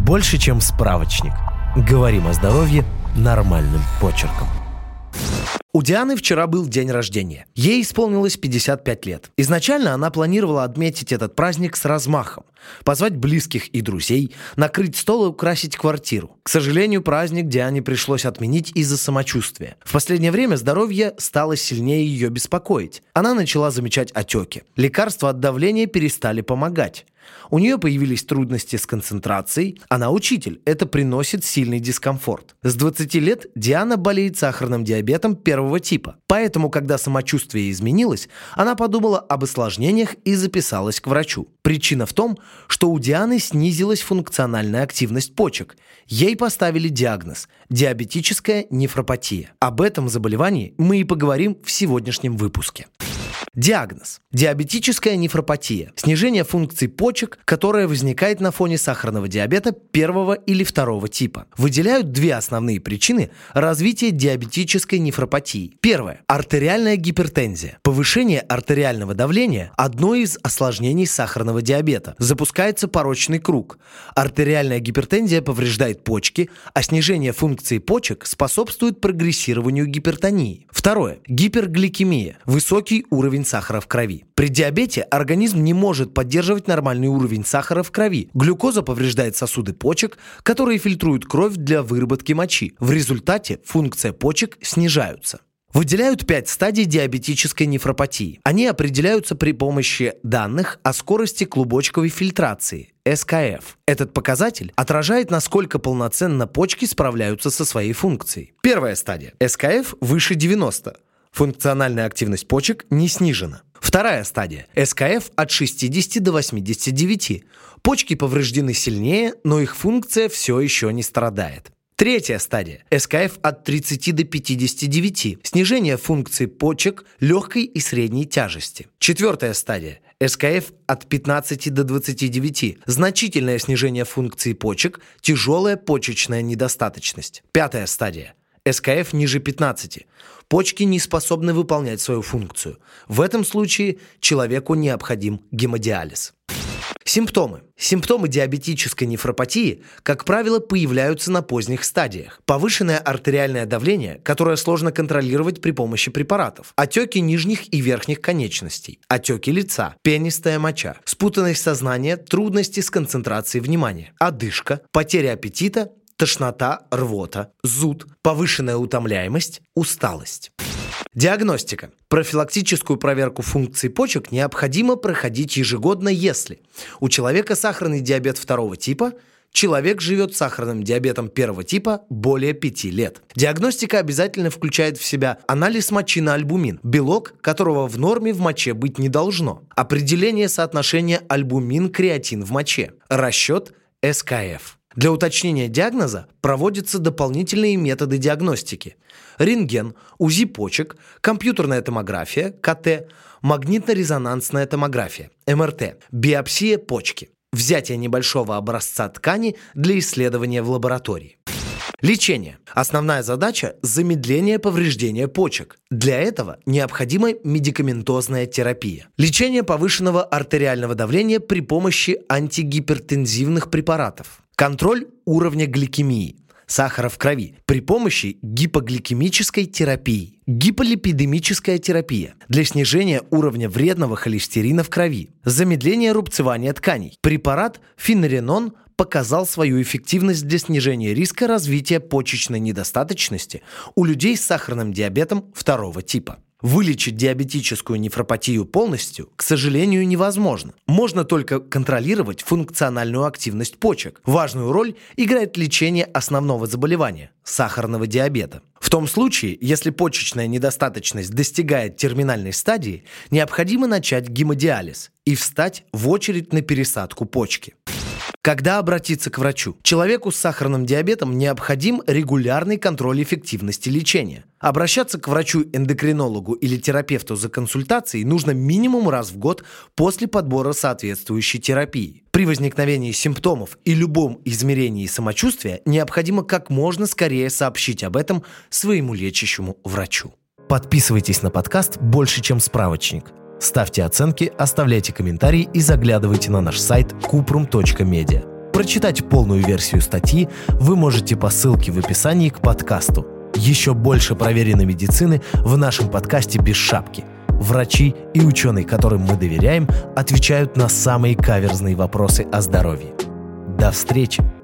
Больше, чем справочник. Говорим о здоровье нормальным почерком. У Дианы вчера был день рождения. Ей исполнилось 55 лет. Изначально она планировала отметить этот праздник с размахом. Позвать близких и друзей, накрыть стол и украсить квартиру. К сожалению, праздник Диане пришлось отменить из-за самочувствия. В последнее время здоровье стало сильнее ее беспокоить. Она начала замечать отеки. Лекарства от давления перестали помогать. У нее появились трудности с концентрацией. Она учитель. Это приносит сильный дискомфорт. С 20 лет Диана болеет сахарным диабетом первого типа. Поэтому, когда самочувствие изменилось, она подумала об осложнениях и записалась к врачу. Причина в том, что у Дианы снизилась функциональная активность почек. Ей поставили диагноз – диабетическая нефропатия. Об этом заболевании мы и поговорим в сегодняшнем выпуске. Диагноз. Диабетическая нефропатия. Снижение функций почек, которое возникает на фоне сахарного диабета первого или второго типа. Выделяют две основные причины развития диабетической нефропатии. Первое. Артериальная гипертензия. Повышение артериального давления – одно из осложнений сахарного диабета. Запускается порочный круг. Артериальная гипертензия повреждает почки, а снижение функции почек способствует прогрессированию гипертонии. Второе. Гипергликемия. Высокий уровень сахара в крови. При диабете организм не может поддерживать нормальный уровень сахара в крови. Глюкоза повреждает сосуды почек, которые фильтруют кровь для выработки мочи. В результате функция почек снижается. Выделяют 5 стадий диабетической нефропатии. Они определяются при помощи данных о скорости клубочковой фильтрации – СКФ. Этот показатель отражает, насколько полноценно почки справляются со своей функцией. Первая стадия – СКФ выше 90. Функциональная активность почек не снижена. Вторая стадия – СКФ от 60 до 89. Почки повреждены сильнее, но их функция все еще не страдает. Третья стадия – СКФ от 30 до 59. Снижение функции почек легкой и средней тяжести. Четвертая стадия – СКФ от 15 до 29. Значительное снижение функции почек, тяжелая почечная недостаточность. Пятая стадия – СКФ ниже 15. Почки не способны выполнять свою функцию. В этом случае человеку необходим гемодиализ. Симптомы. Симптомы диабетической нефропатии, как правило, появляются на поздних стадиях. Повышенное артериальное давление, которое сложно контролировать при помощи препаратов. Отеки нижних и верхних конечностей. Отеки лица. Пенистая моча. Спутанность сознания, трудности с концентрацией внимания. Одышка. Потеря аппетита. Тошнота, рвота, зуд, повышенная утомляемость, усталость. Диагностика. Профилактическую проверку функций почек необходимо проходить ежегодно, если у человека сахарный диабет второго типа, человек живет с сахарным диабетом первого типа более 5 лет. Диагностика обязательно включает в себя анализ мочи на альбумин, белок, которого в норме в моче быть не должно, определение соотношения альбумин-креатин в моче, расчет СКФ. Для уточнения диагноза проводятся дополнительные методы диагностики: рентген, УЗИ почек, компьютерная томография, КТ, магнитно-резонансная томография, МРТ, биопсия почки, взятие небольшого образца ткани для исследования в лаборатории. Лечение. Основная задача – замедление повреждения почек. Для этого необходима медикаментозная терапия. Лечение повышенного артериального давления при помощи антигипертензивных препаратов. Контроль уровня гликемии, сахара в крови, при помощи гипогликемической терапии. Гиполипидемическая терапия для снижения уровня вредного холестерина в крови. Замедление рубцевания тканей. Препарат феноренон показал свою эффективность для снижения риска развития почечной недостаточности у людей с сахарным диабетом второго типа. Вылечить диабетическую нефропатию полностью, к сожалению, невозможно. Можно только контролировать функциональную активность почек. Важную роль играет лечение основного заболевания – сахарного диабета. В том случае, если почечная недостаточность достигает терминальной стадии, необходимо начать гемодиализ и встать в очередь на пересадку почки. Когда обратиться к врачу? Человеку с сахарным диабетом необходим регулярный контроль эффективности лечения. Обращаться к врачу-эндокринологу или терапевту за консультацией нужно минимум раз в год после подбора соответствующей терапии. При возникновении симптомов и любом измерении самочувствия необходимо как можно скорее сообщить об этом своему лечащему врачу. Подписывайтесь на подкаст «Больше, чем справочник». Ставьте оценки, оставляйте комментарии и заглядывайте на наш сайт kuprum.media. Прочитать полную версию статьи вы можете по ссылке в описании к подкасту. Еще больше проверенной медицины в нашем подкасте «Без шапки». Врачи и ученые, которым мы доверяем, отвечают на самые каверзные вопросы о здоровье. До встречи!